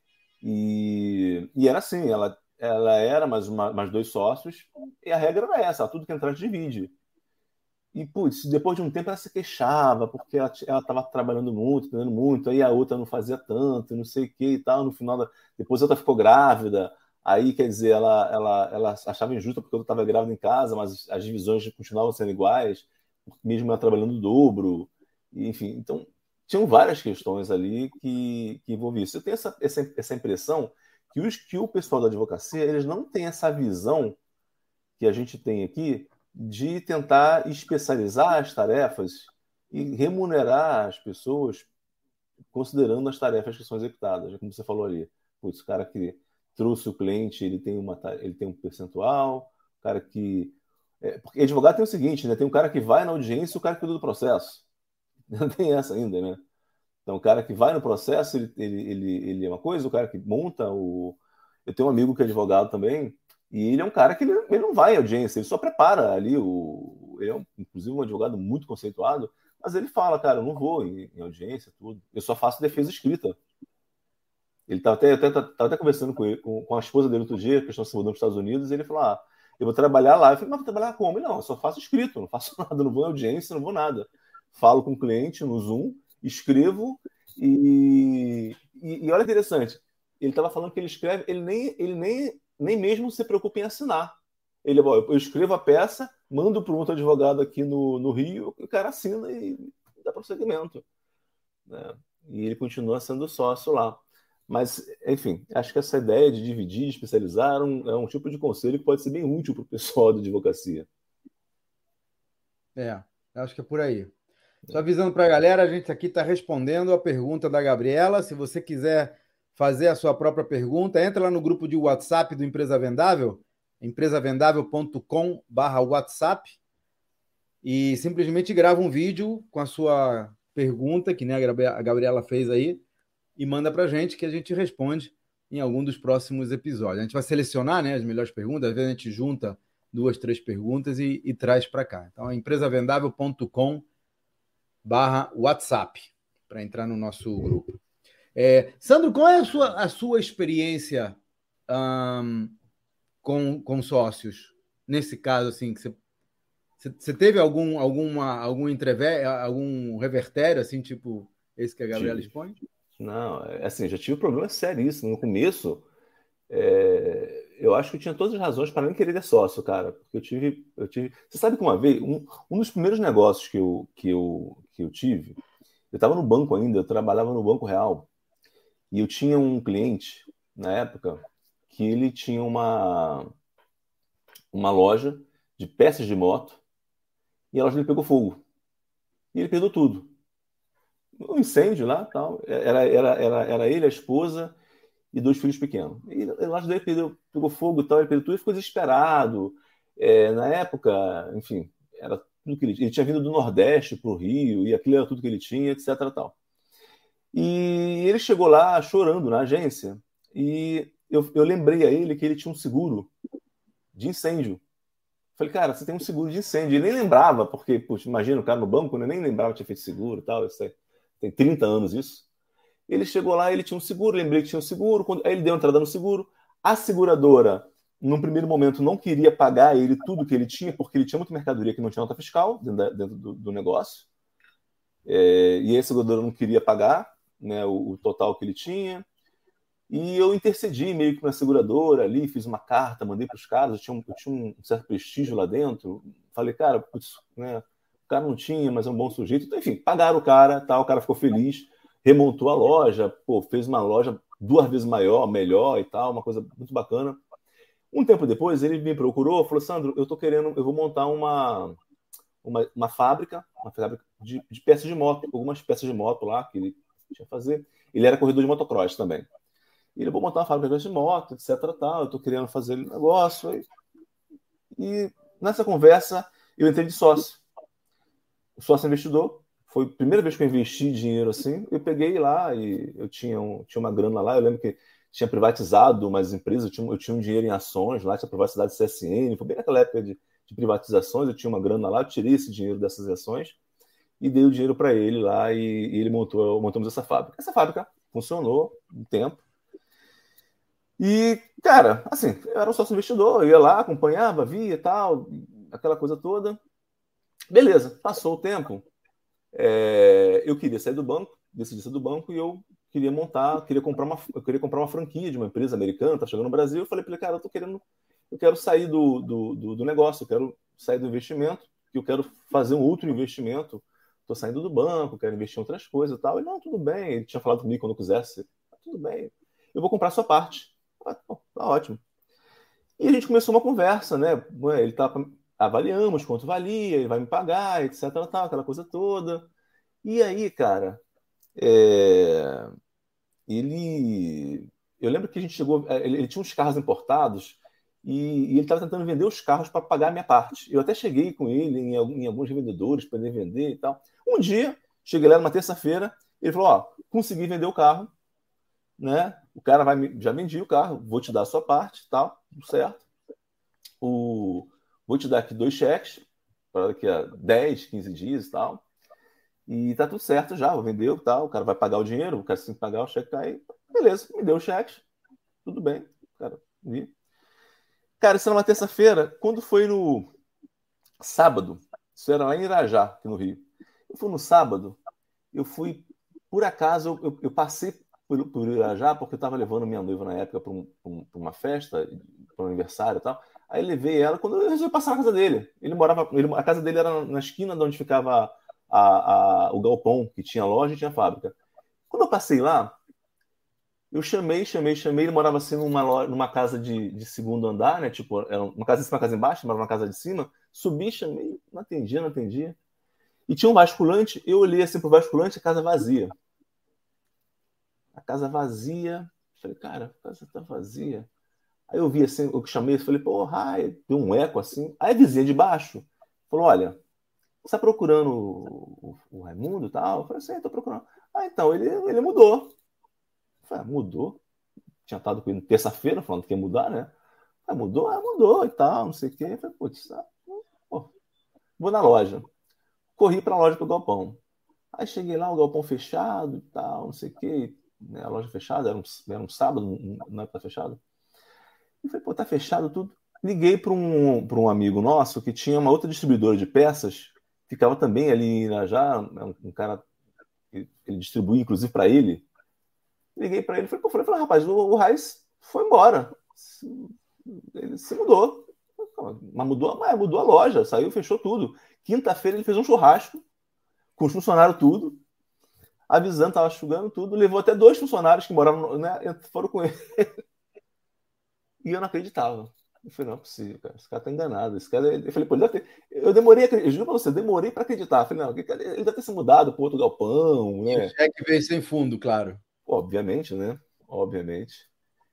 e era assim, ela era mais dois sócios, e a regra era essa, tudo que entrar divide. E, putz, depois de um tempo ela se queixava, porque ela estava trabalhando muito, ganhando muito, aí a outra não fazia tanto, não sei o que e tal. No final, depois a outra ficou grávida, aí, quer dizer, ela achava injusto porque a outra estava grávida em casa, mas as divisões continuavam sendo iguais, mesmo ela trabalhando o dobro, e, enfim. Então, tinham várias questões ali que envolviam isso. Eu tenho essa impressão que o pessoal da advocacia, eles não têm essa visão que a gente tem aqui de tentar especializar as tarefas e remunerar as pessoas considerando as tarefas que são executadas, como você falou ali. Putz, o cara que trouxe o cliente, ele tem um percentual, o cara que... porque advogado tem o seguinte, né? Tem um cara que vai na audiência e o cara que cuida do processo. Não tem essa ainda, né? Então, o cara que vai no processo, ele é uma coisa, o cara que monta o... Eu tenho um amigo que é advogado também, e ele é um cara que ele não vai em audiência, ele só prepara ali ele é, inclusive, um advogado muito conceituado, mas ele fala, cara, eu não vou em audiência, tudo. Eu só faço defesa escrita. Ele estava até conversando com a esposa dele outro dia, que estão se mudando para os Estados Unidos, e ele falou, eu vou trabalhar lá. Eu falei, mas vou trabalhar como? Ele, não, eu só faço escrito, não faço nada, não vou em audiência, não vou nada. Falo com o cliente no Zoom, escrevo, e olha que interessante, ele estava falando que ele escreve, ele nem mesmo se preocupa em assinar. Ele, eu escrevo a peça, mando para um outro advogado aqui no Rio, o cara assina e dá prosseguimento, né? E ele continua sendo sócio lá. Mas, enfim, acho que essa ideia de dividir, especializar, é um tipo de conselho que pode ser bem útil para o pessoal da advocacia. Acho que é por aí. Só avisando para a galera, a gente aqui está respondendo a pergunta da Gabriela. Se você quiser fazer a sua própria pergunta, entra lá no grupo de WhatsApp do Empresa Vendável, empresavendável.com/WhatsApp, e simplesmente grava um vídeo com a sua pergunta, que nem a Gabriela fez aí, e manda para a gente que a gente responde em algum dos próximos episódios. A gente vai selecionar, né, as melhores perguntas, às vezes a gente junta 2, 3 perguntas e traz para cá. Então, empresavendável.com/WhatsApp para entrar no nosso grupo. Sandro, qual é a sua experiência com sócios? Nesse caso, assim, que você teve algum revertério, assim, tipo esse que a Gabriela expõe? Não, assim, já tive problemas seríssimos. No começo, eu acho que eu tinha todas as razões para nem querer ter sócio, cara. Porque eu tive. Você sabe que uma vez, um dos primeiros negócios que eu tive, eu estava no banco ainda, eu trabalhava no Banco Real, e eu tinha um cliente, na época, que ele tinha uma loja de peças de moto, e a loja dele pegou fogo. E ele perdeu tudo. Um incêndio lá, tal. Era ele, a esposa e 2 filhos pequenos. E a loja dele pegou fogo e tal, ele perdeu tudo e ficou desesperado. Na época, enfim, era tudo que ele tinha vindo do Nordeste para o Rio, e aquilo era tudo que ele tinha, etc. Tal. E ele chegou lá chorando na agência, e eu lembrei a ele que ele tinha um seguro de incêndio. Falei, cara, você tem um seguro de incêndio. Ele nem lembrava, porque, puxa, imagina o cara no banco, né? Nem lembrava que tinha feito seguro e tal. Tem 30 anos isso. Ele chegou lá, ele tinha um seguro, lembrei que tinha um seguro, aí ele deu entrada no seguro. A seguradora, num primeiro momento, não queria pagar ele tudo que ele tinha, porque ele tinha muita mercadoria que não tinha nota fiscal dentro do negócio. E a seguradora não queria pagar, né, o total que ele tinha. E eu intercedi meio que na seguradora ali, fiz uma carta, mandei para os caras, eu tinha um certo prestígio lá dentro. Falei, cara, putz, né, o cara não tinha, mas é um bom sujeito. Então, enfim, pagaram o cara, tá, o cara ficou feliz, remontou a loja, fez uma loja 2 vezes maior, melhor e tal, uma coisa muito bacana. Um tempo depois, ele me procurou, falou, Sandro, eu vou montar uma fábrica de peças de moto, algumas peças de moto lá que ele tinha que fazer. Ele era corredor de motocross também. E ele, vou montar uma fábrica de moto, etc, tal, eu tô querendo fazer um negócio. E nessa conversa, eu entrei de sócio. O sócio investidor. Foi a primeira vez que eu investi dinheiro assim. Eu peguei lá e eu tinha uma grana lá. Eu lembro que tinha privatizado umas empresas. Eu tinha um dinheiro em ações lá, tinha privacidade CSN. Foi bem naquela época de privatizações. Eu tinha uma grana lá, eu tirei esse dinheiro dessas ações e dei o dinheiro para ele lá e ele montamos essa fábrica. Essa fábrica funcionou um tempo. E, cara, assim, eu era um sócio investidor, eu ia lá, acompanhava, via e tal, aquela coisa toda. Beleza, passou o tempo. Eu queria sair do banco, decidi sair do banco e eu queria comprar uma franquia de uma empresa americana, tá chegando no Brasil. Eu falei para ele, cara, eu quero sair do negócio, eu quero sair do investimento, eu quero fazer um outro investimento. Tô saindo do banco, quero investir em outras coisas e tal. Ele, não, tudo bem. Ele tinha falado comigo quando eu quisesse. Tudo bem, eu vou comprar a sua parte. Tá ótimo. E a gente começou uma conversa, né? Avaliamos quanto valia, ele vai me pagar, etc, tal, aquela coisa toda. E aí, cara, eu lembro que a gente chegou, ele tinha uns carros importados e ele estava tentando vender os carros para pagar a minha parte. Eu até cheguei com ele em alguns revendedores para ele vender e tal. Um dia, cheguei lá numa terça-feira, ele falou, ó, consegui vender o carro, né? O cara já vendi o carro, vou te dar a sua parte, tal, tudo certo. Vou te dar aqui 2 cheques para daqui a 10, 15 dias e tal. E tá tudo certo já, vou vender e tal. O cara vai pagar o dinheiro, o cara tem que pagar, o cheque tá aí. Beleza, me deu o cheque, tudo bem. Cara, vi. Cara, isso era uma terça-feira, quando foi no sábado, isso era lá em Irajá, aqui no Rio. Eu fui no sábado, eu fui, por acaso, eu passei por Irajá, porque eu estava levando minha noiva na época para uma festa, para um aniversário e tal. Aí eu levei ela quando eu resolvi passar na casa dele. A casa dele era na esquina de onde ficava o galpão, que tinha loja e tinha fábrica. Quando eu passei lá, eu chamei, ele morava assim numa casa de segundo andar, né? Tipo, era uma casa em cima, uma casa embaixo, morava numa casa de cima. Subi, chamei, não atendia. E tinha um basculante, eu olhei assim pro basculante, a casa vazia. Falei, cara, a casa tá vazia. Aí eu vi assim, eu chamei, falei, porra, deu um eco assim. Aí a vizinha de baixo falou, olha, você tá procurando o Raimundo e tal? Eu falei assim, tô procurando. Então, ele mudou. Eu falei, mudou? Tinha estado com ele terça-feira falando que ia mudar, né? Mudou? Mudou e tal, não sei o quê. Eu falei, putz, vou na loja. Corri pra loja pro galpão. Aí cheguei lá, o galpão fechado e tal, não sei o quê. Né, a loja fechada, era um sábado, não é que tá fechado. E falei, tá fechado tudo. Liguei para um amigo nosso que tinha uma outra distribuidora de peças, ficava também ali em Irajá, um cara que ele distribuía, inclusive, para ele. Liguei para ele, falei, rapaz, o Raiz foi embora. Ele se mudou. Mas mudou a loja, saiu, fechou tudo. Quinta-feira ele fez um churrasco com os funcionários tudo, avisando, tava enxugando tudo, levou até 2 funcionários que moravam, né, foram com ele. E eu não acreditava. Eu falei, não é possível, cara. Esse cara tá enganado. Esse cara... Eu falei, pô, ele deve ter... Eu juro pra você, demorei pra acreditar. Eu falei, não, ele deve ter se mudado pro outro galpão, né? O cheque veio sem fundo, claro. Obviamente, né? Obviamente.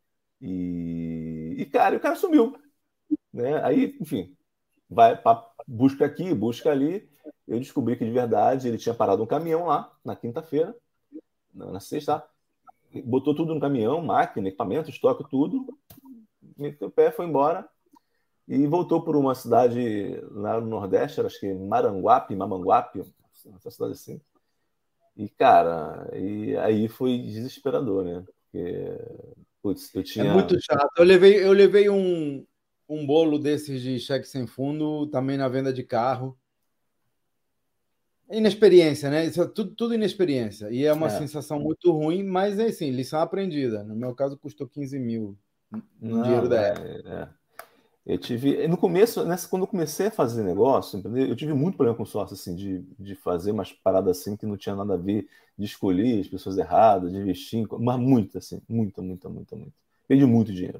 E cara, o cara sumiu. Né? Aí, enfim, busca aqui, busca ali. Eu descobri que, de verdade, ele tinha parado um caminhão lá, na quinta-feira, na sexta, botou tudo no caminhão, máquina, equipamento, estoque, tudo, meteu o pé, foi embora e voltou por uma cidade lá no Nordeste, acho que Mamanguape, essa cidade assim. E, cara, aí foi desesperador, né? Porque, putz, eu tinha... É muito chato. Eu levei um bolo desses de cheque sem fundo também na venda de carro. Inexperiência, né? Isso é tudo inexperiência. E é uma sensação muito ruim, mas é assim, lição aprendida. No meu caso, custou 15 mil no dinheiro da época. Eu tive... No começo, quando eu comecei a fazer negócio, entendeu? Eu tive muito problema com sócio, assim, de fazer umas paradas assim que não tinha nada a ver, de escolher as pessoas erradas, de investir, mas muito, assim, muito. Perdi muito dinheiro.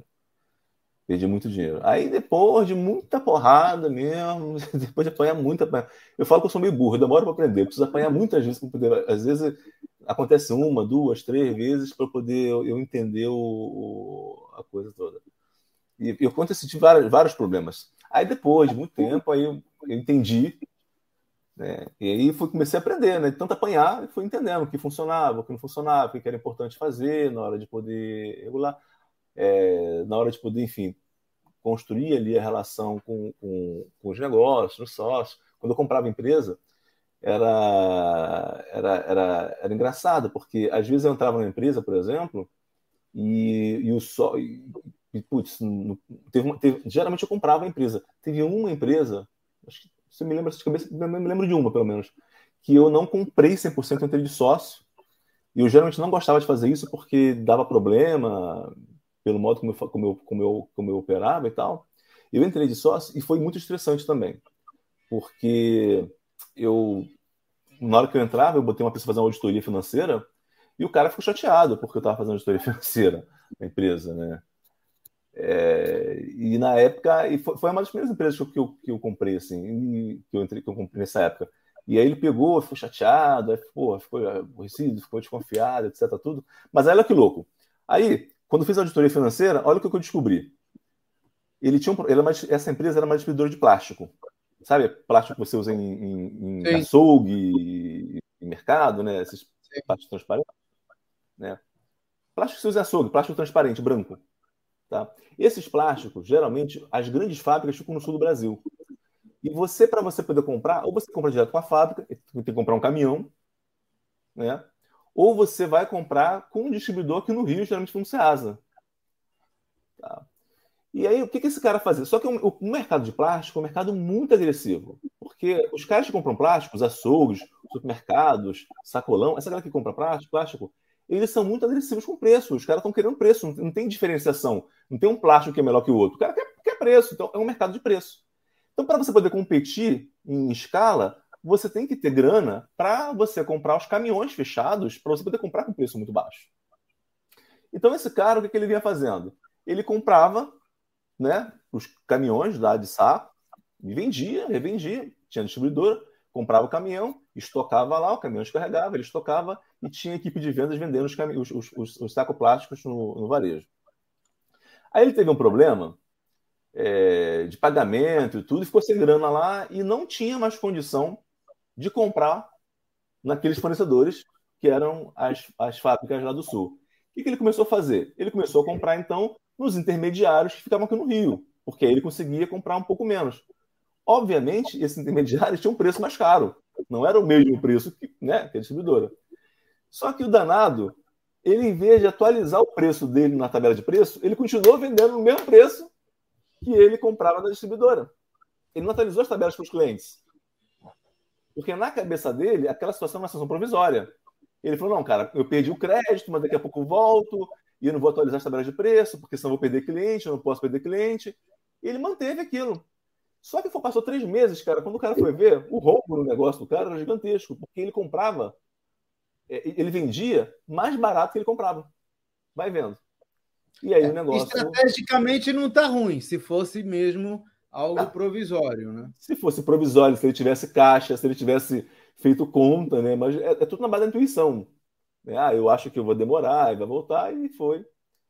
Aí depois de muita porrada mesmo, depois de apanhar muita... Eu falo que eu sou meio burro, eu demoro para aprender, eu preciso apanhar muitas vezes para poder... Às vezes acontece 1, 2, 3 vezes para poder eu entender a coisa toda. E eu tive vários problemas. Aí depois de muito tempo, aí eu entendi, né? E aí comecei a aprender, né? De tanto apanhar, e fui entendendo o que funcionava, o que não funcionava, o que era importante fazer na hora de poder regular, na hora de poder, enfim, construir ali a relação com os negócios, os sócios. Quando eu comprava empresa, era engraçado, porque às vezes eu entrava na empresa, por exemplo, e o só. Putz, geralmente eu comprava a empresa. Teve uma empresa, acho que você me lembra de cabeça, eu me lembro de uma, pelo menos, que eu não comprei 100%, eu entrei de sócio. E eu geralmente não gostava de fazer isso porque dava problema pelo modo como eu operava e tal. Eu entrei de sócio e foi muito estressante também, porque na hora que eu entrava, eu botei uma pessoa fazer uma auditoria financeira e o cara ficou chateado porque eu estava fazendo auditoria financeira na empresa, né? E na época, foi uma das primeiras empresas que eu comprei, assim, que eu comprei nessa época. E aí ele pegou, ficou chateado, aí, ficou aborrecido, ficou desconfiado, etc. Tudo. Mas aí olha que louco. Aí, quando eu fiz a auditoria financeira, olha o que eu descobri. Essa empresa era uma distribuidora de plástico. Sabe, plástico que você usa em açougue, em mercado, né? Esses plásticos transparentes, né? Plástico que você usa em açougue, plástico transparente, branco. Tá? Esses plásticos, geralmente, as grandes fábricas ficam no sul do Brasil. E para você poder comprar, ou você compra direto com a fábrica, tem que comprar um caminhão, né? Ou você vai comprar com um distribuidor aqui no Rio, geralmente no Ceasa. Tá? E aí, o que esse cara fazia? Só que o mercado de plástico é um mercado muito agressivo. Porque os caras que compram plástico, os açougues, supermercados, sacolão, essa galera que compra plástico, eles são muito agressivos com preço. Os caras estão querendo preço, não tem diferenciação. Não tem um plástico que é melhor que o outro. O cara quer preço, então é um mercado de preço. Então, para você poder competir em escala, você tem que ter grana para você comprar os caminhões fechados, para você poder comprar com preço muito baixo. Então, esse cara, o que ele vinha fazendo? Ele comprava, né, os caminhões lá de saco, e vendia, revendia, tinha distribuidora, comprava o caminhão, estocava lá, o caminhão descarregava, ele estocava e tinha equipe de vendas vendendo os sacos plásticos no varejo. Aí ele teve um problema de pagamento e tudo, e ficou sem grana lá e não tinha mais condição de comprar naqueles fornecedores que eram as fábricas lá do Sul. O que ele começou a fazer? Ele começou a comprar, então, nos intermediários que ficavam aqui no Rio, porque aí ele conseguia comprar um pouco menos. Obviamente, esses intermediários tinham um preço mais caro. Não era o mesmo preço que a distribuidora. Só que o danado, ele, em vez de atualizar o preço dele na tabela de preço, ele continuou vendendo no mesmo preço que ele comprava da distribuidora. Ele não atualizou as tabelas para os clientes. Porque na cabeça dele, aquela situação é uma situação provisória. Ele falou, não, cara, eu perdi o crédito, mas daqui a pouco eu volto, e eu não vou atualizar as tabelas de preço, porque senão eu vou perder cliente, eu não posso perder cliente. E ele manteve aquilo. Só que passou 3 meses, cara, quando o cara foi ver, o rombo no negócio do cara era gigantesco, porque ele comprava, ele vendia mais barato que ele comprava. Vai vendo. E aí o negócio... Estrategicamente não está ruim, se fosse mesmo algo provisório, né? Se fosse provisório, se ele tivesse caixa, se ele tivesse feito conta, né? Mas é tudo na base da intuição. Eu acho que eu vou demorar, e vai voltar, e foi.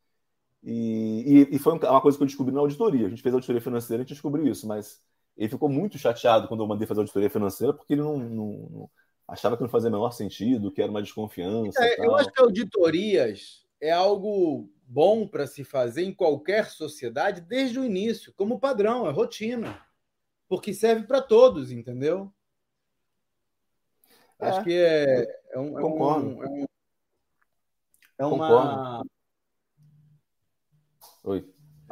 E foi uma coisa que eu descobri na auditoria. A gente fez a auditoria financeira, a gente descobriu isso, mas ele ficou muito chateado quando eu mandei fazer a auditoria financeira, porque ele não achava que não fazia o menor sentido, que era uma desconfiança. Eu acho que auditorias é algo bom para se fazer em qualquer sociedade desde o início, como padrão, é rotina, porque serve para todos, entendeu? Acho que concordo. Concordo. Oi.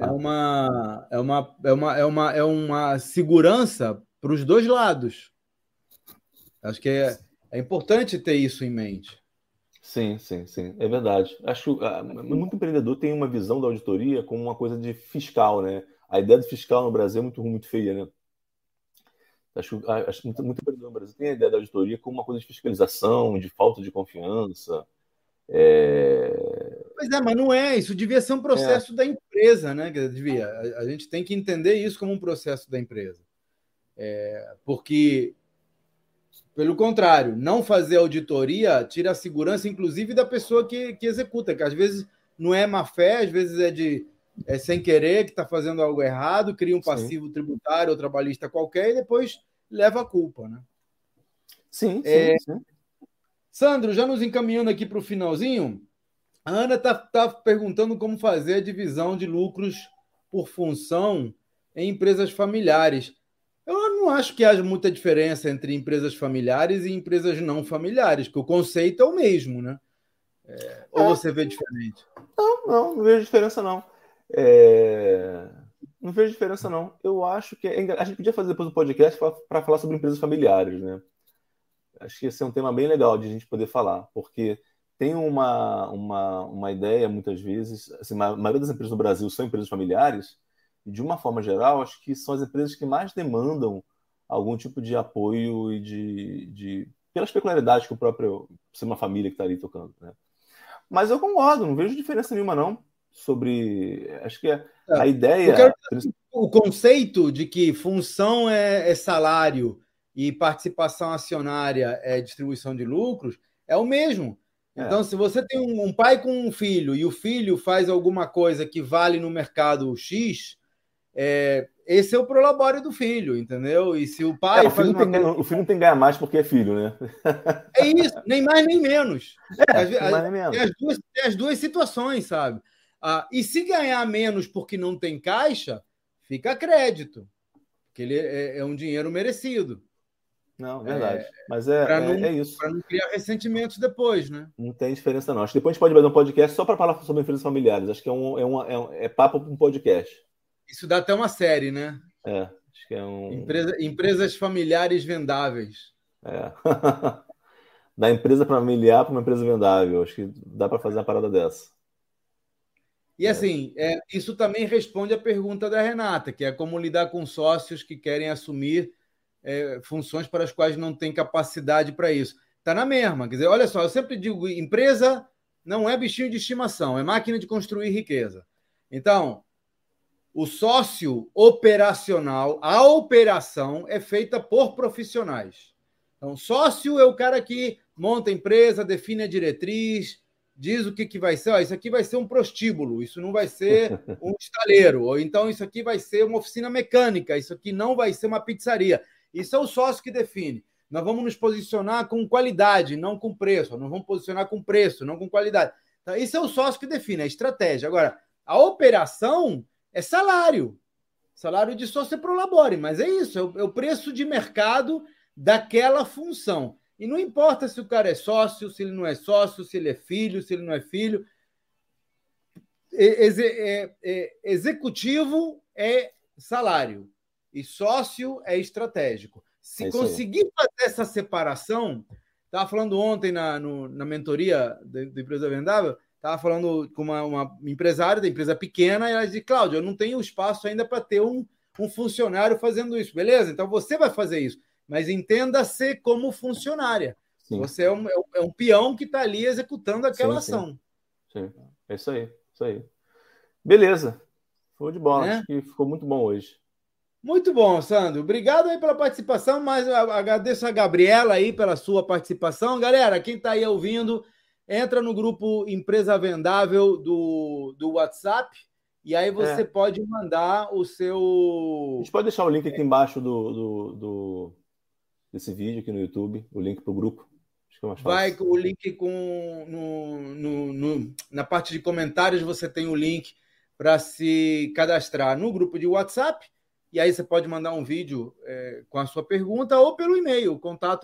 É uma segurança para os dois lados. Acho que é importante ter isso em mente. Sim, é verdade. Acho que muito empreendedor tem uma visão da auditoria como uma coisa de fiscal, né? A ideia do fiscal no Brasil é muito ruim, muito feia, né? Acho que muito empreendedor no Brasil tem a ideia da auditoria como uma coisa de fiscalização, de falta de confiança. Pois é, mas não é. Isso devia ser um processo da empresa, né? A gente tem que entender isso como um processo da empresa. Porque Pelo contrário, não fazer auditoria tira a segurança, inclusive, da pessoa que executa, que às vezes não é má fé, às vezes é sem querer, que está fazendo algo errado, cria um passivo tributário ou trabalhista qualquer e depois leva a culpa, né? Sim. Sandro, já nos encaminhando aqui para o finalzinho, a Ana está perguntando como fazer a divisão de lucros por função em empresas familiares. Eu não acho que haja muita diferença entre empresas familiares e empresas não familiares, porque o conceito é o mesmo, né? Ou você vê diferente? Não vejo diferença, não. Não vejo diferença, não. Eu acho que a gente podia fazer depois do podcast para falar sobre empresas familiares, né? Acho que esse é um tema bem legal de a gente poder falar, porque tem uma ideia, muitas vezes, assim, a maioria das empresas no Brasil são empresas familiares, e de uma forma geral, acho que são as empresas que mais demandam algum tipo de apoio e pelas peculiaridades que o próprio ser uma família que está ali tocando, né? Mas eu concordo, não vejo diferença nenhuma, não, sobre... Acho que a ideia... O conceito de que função é salário e participação acionária é distribuição de lucros é o mesmo. Então, se você tem um pai com um filho e o filho faz alguma coisa que vale no mercado X, esse é o prolabore do filho, entendeu? E se o pai o filho não tem que ganhar mais porque é filho, né? É isso, nem mais nem menos. Tem as duas situações, sabe? E se ganhar menos porque não tem caixa, fica a crédito, porque ele é um dinheiro merecido. Não, verdade. Mas é isso. Para não criar ressentimentos depois, né? Não tem diferença, não. Acho que depois a gente pode fazer um podcast só para falar sobre empresas familiares. Acho que é papo para um podcast. Isso dá até uma série, né? Acho que é Empresas familiares vendáveis. Da empresa familiar para uma empresa vendável. Acho que dá para fazer uma parada dessa. E assim, isso também responde à pergunta da Renata, que é como lidar com sócios que querem assumir funções para as quais não tem capacidade para isso. Está na mesma. Quer dizer, olha só, eu sempre digo, empresa não é bichinho de estimação, é máquina de construir riqueza. Então, o sócio operacional, a operação é feita por profissionais. Então, sócio é o cara que monta a empresa, define a diretriz, diz o que vai ser. Isso aqui vai ser um prostíbulo, isso não vai ser um estaleiro, ou então isso aqui vai ser uma oficina mecânica, isso aqui não vai ser uma pizzaria. Isso é o sócio que define. Nós vamos nos posicionar com qualidade, não com preço. Nós vamos posicionar com preço, não com qualidade. Então, isso é o sócio que define, a estratégia. Agora, a operação é salário. Salário de sócio é pro labore, mas é isso, é o preço de mercado daquela função. E não importa se o cara é sócio, se ele não é sócio, se ele é filho, se ele não é filho. Executivo é salário e sócio é estratégico. Se conseguir fazer essa separação, estava falando ontem na mentoria da Empresa Vendável, estava falando com uma empresária da empresa pequena, e ela disse, Cláudio, eu não tenho espaço ainda para ter um funcionário fazendo isso. Beleza? Então você vai fazer isso. Mas entenda-se como funcionária. Sim. Você é um peão que está ali executando aquela ação. Sim. É isso aí. Beleza. Foi de bola. Acho que ficou muito bom hoje. Muito bom, Sandro. Obrigado aí pela participação, mas agradeço a Gabriela aí pela sua participação. Galera, quem está aí ouvindo, entra no grupo Empresa Vendável do WhatsApp e aí você pode mandar o seu... A gente pode deixar o link aqui embaixo desse vídeo aqui no YouTube, o link para o grupo. Acho que é mais fácil. Vai o link na parte de comentários, você tem o link para se cadastrar no grupo de WhatsApp. E aí você pode mandar um vídeo com a sua pergunta ou pelo e-mail,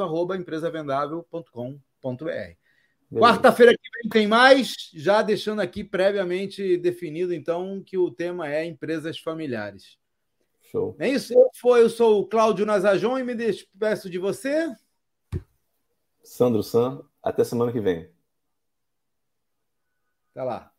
contato@empresavendável.com.br. Quarta-feira que vem tem mais, já deixando aqui previamente definido, então, que o tema é empresas familiares. Show. É isso? Eu sou o Cláudio Nazajon e me despeço de você. Sandro San, até semana que vem. Tá lá.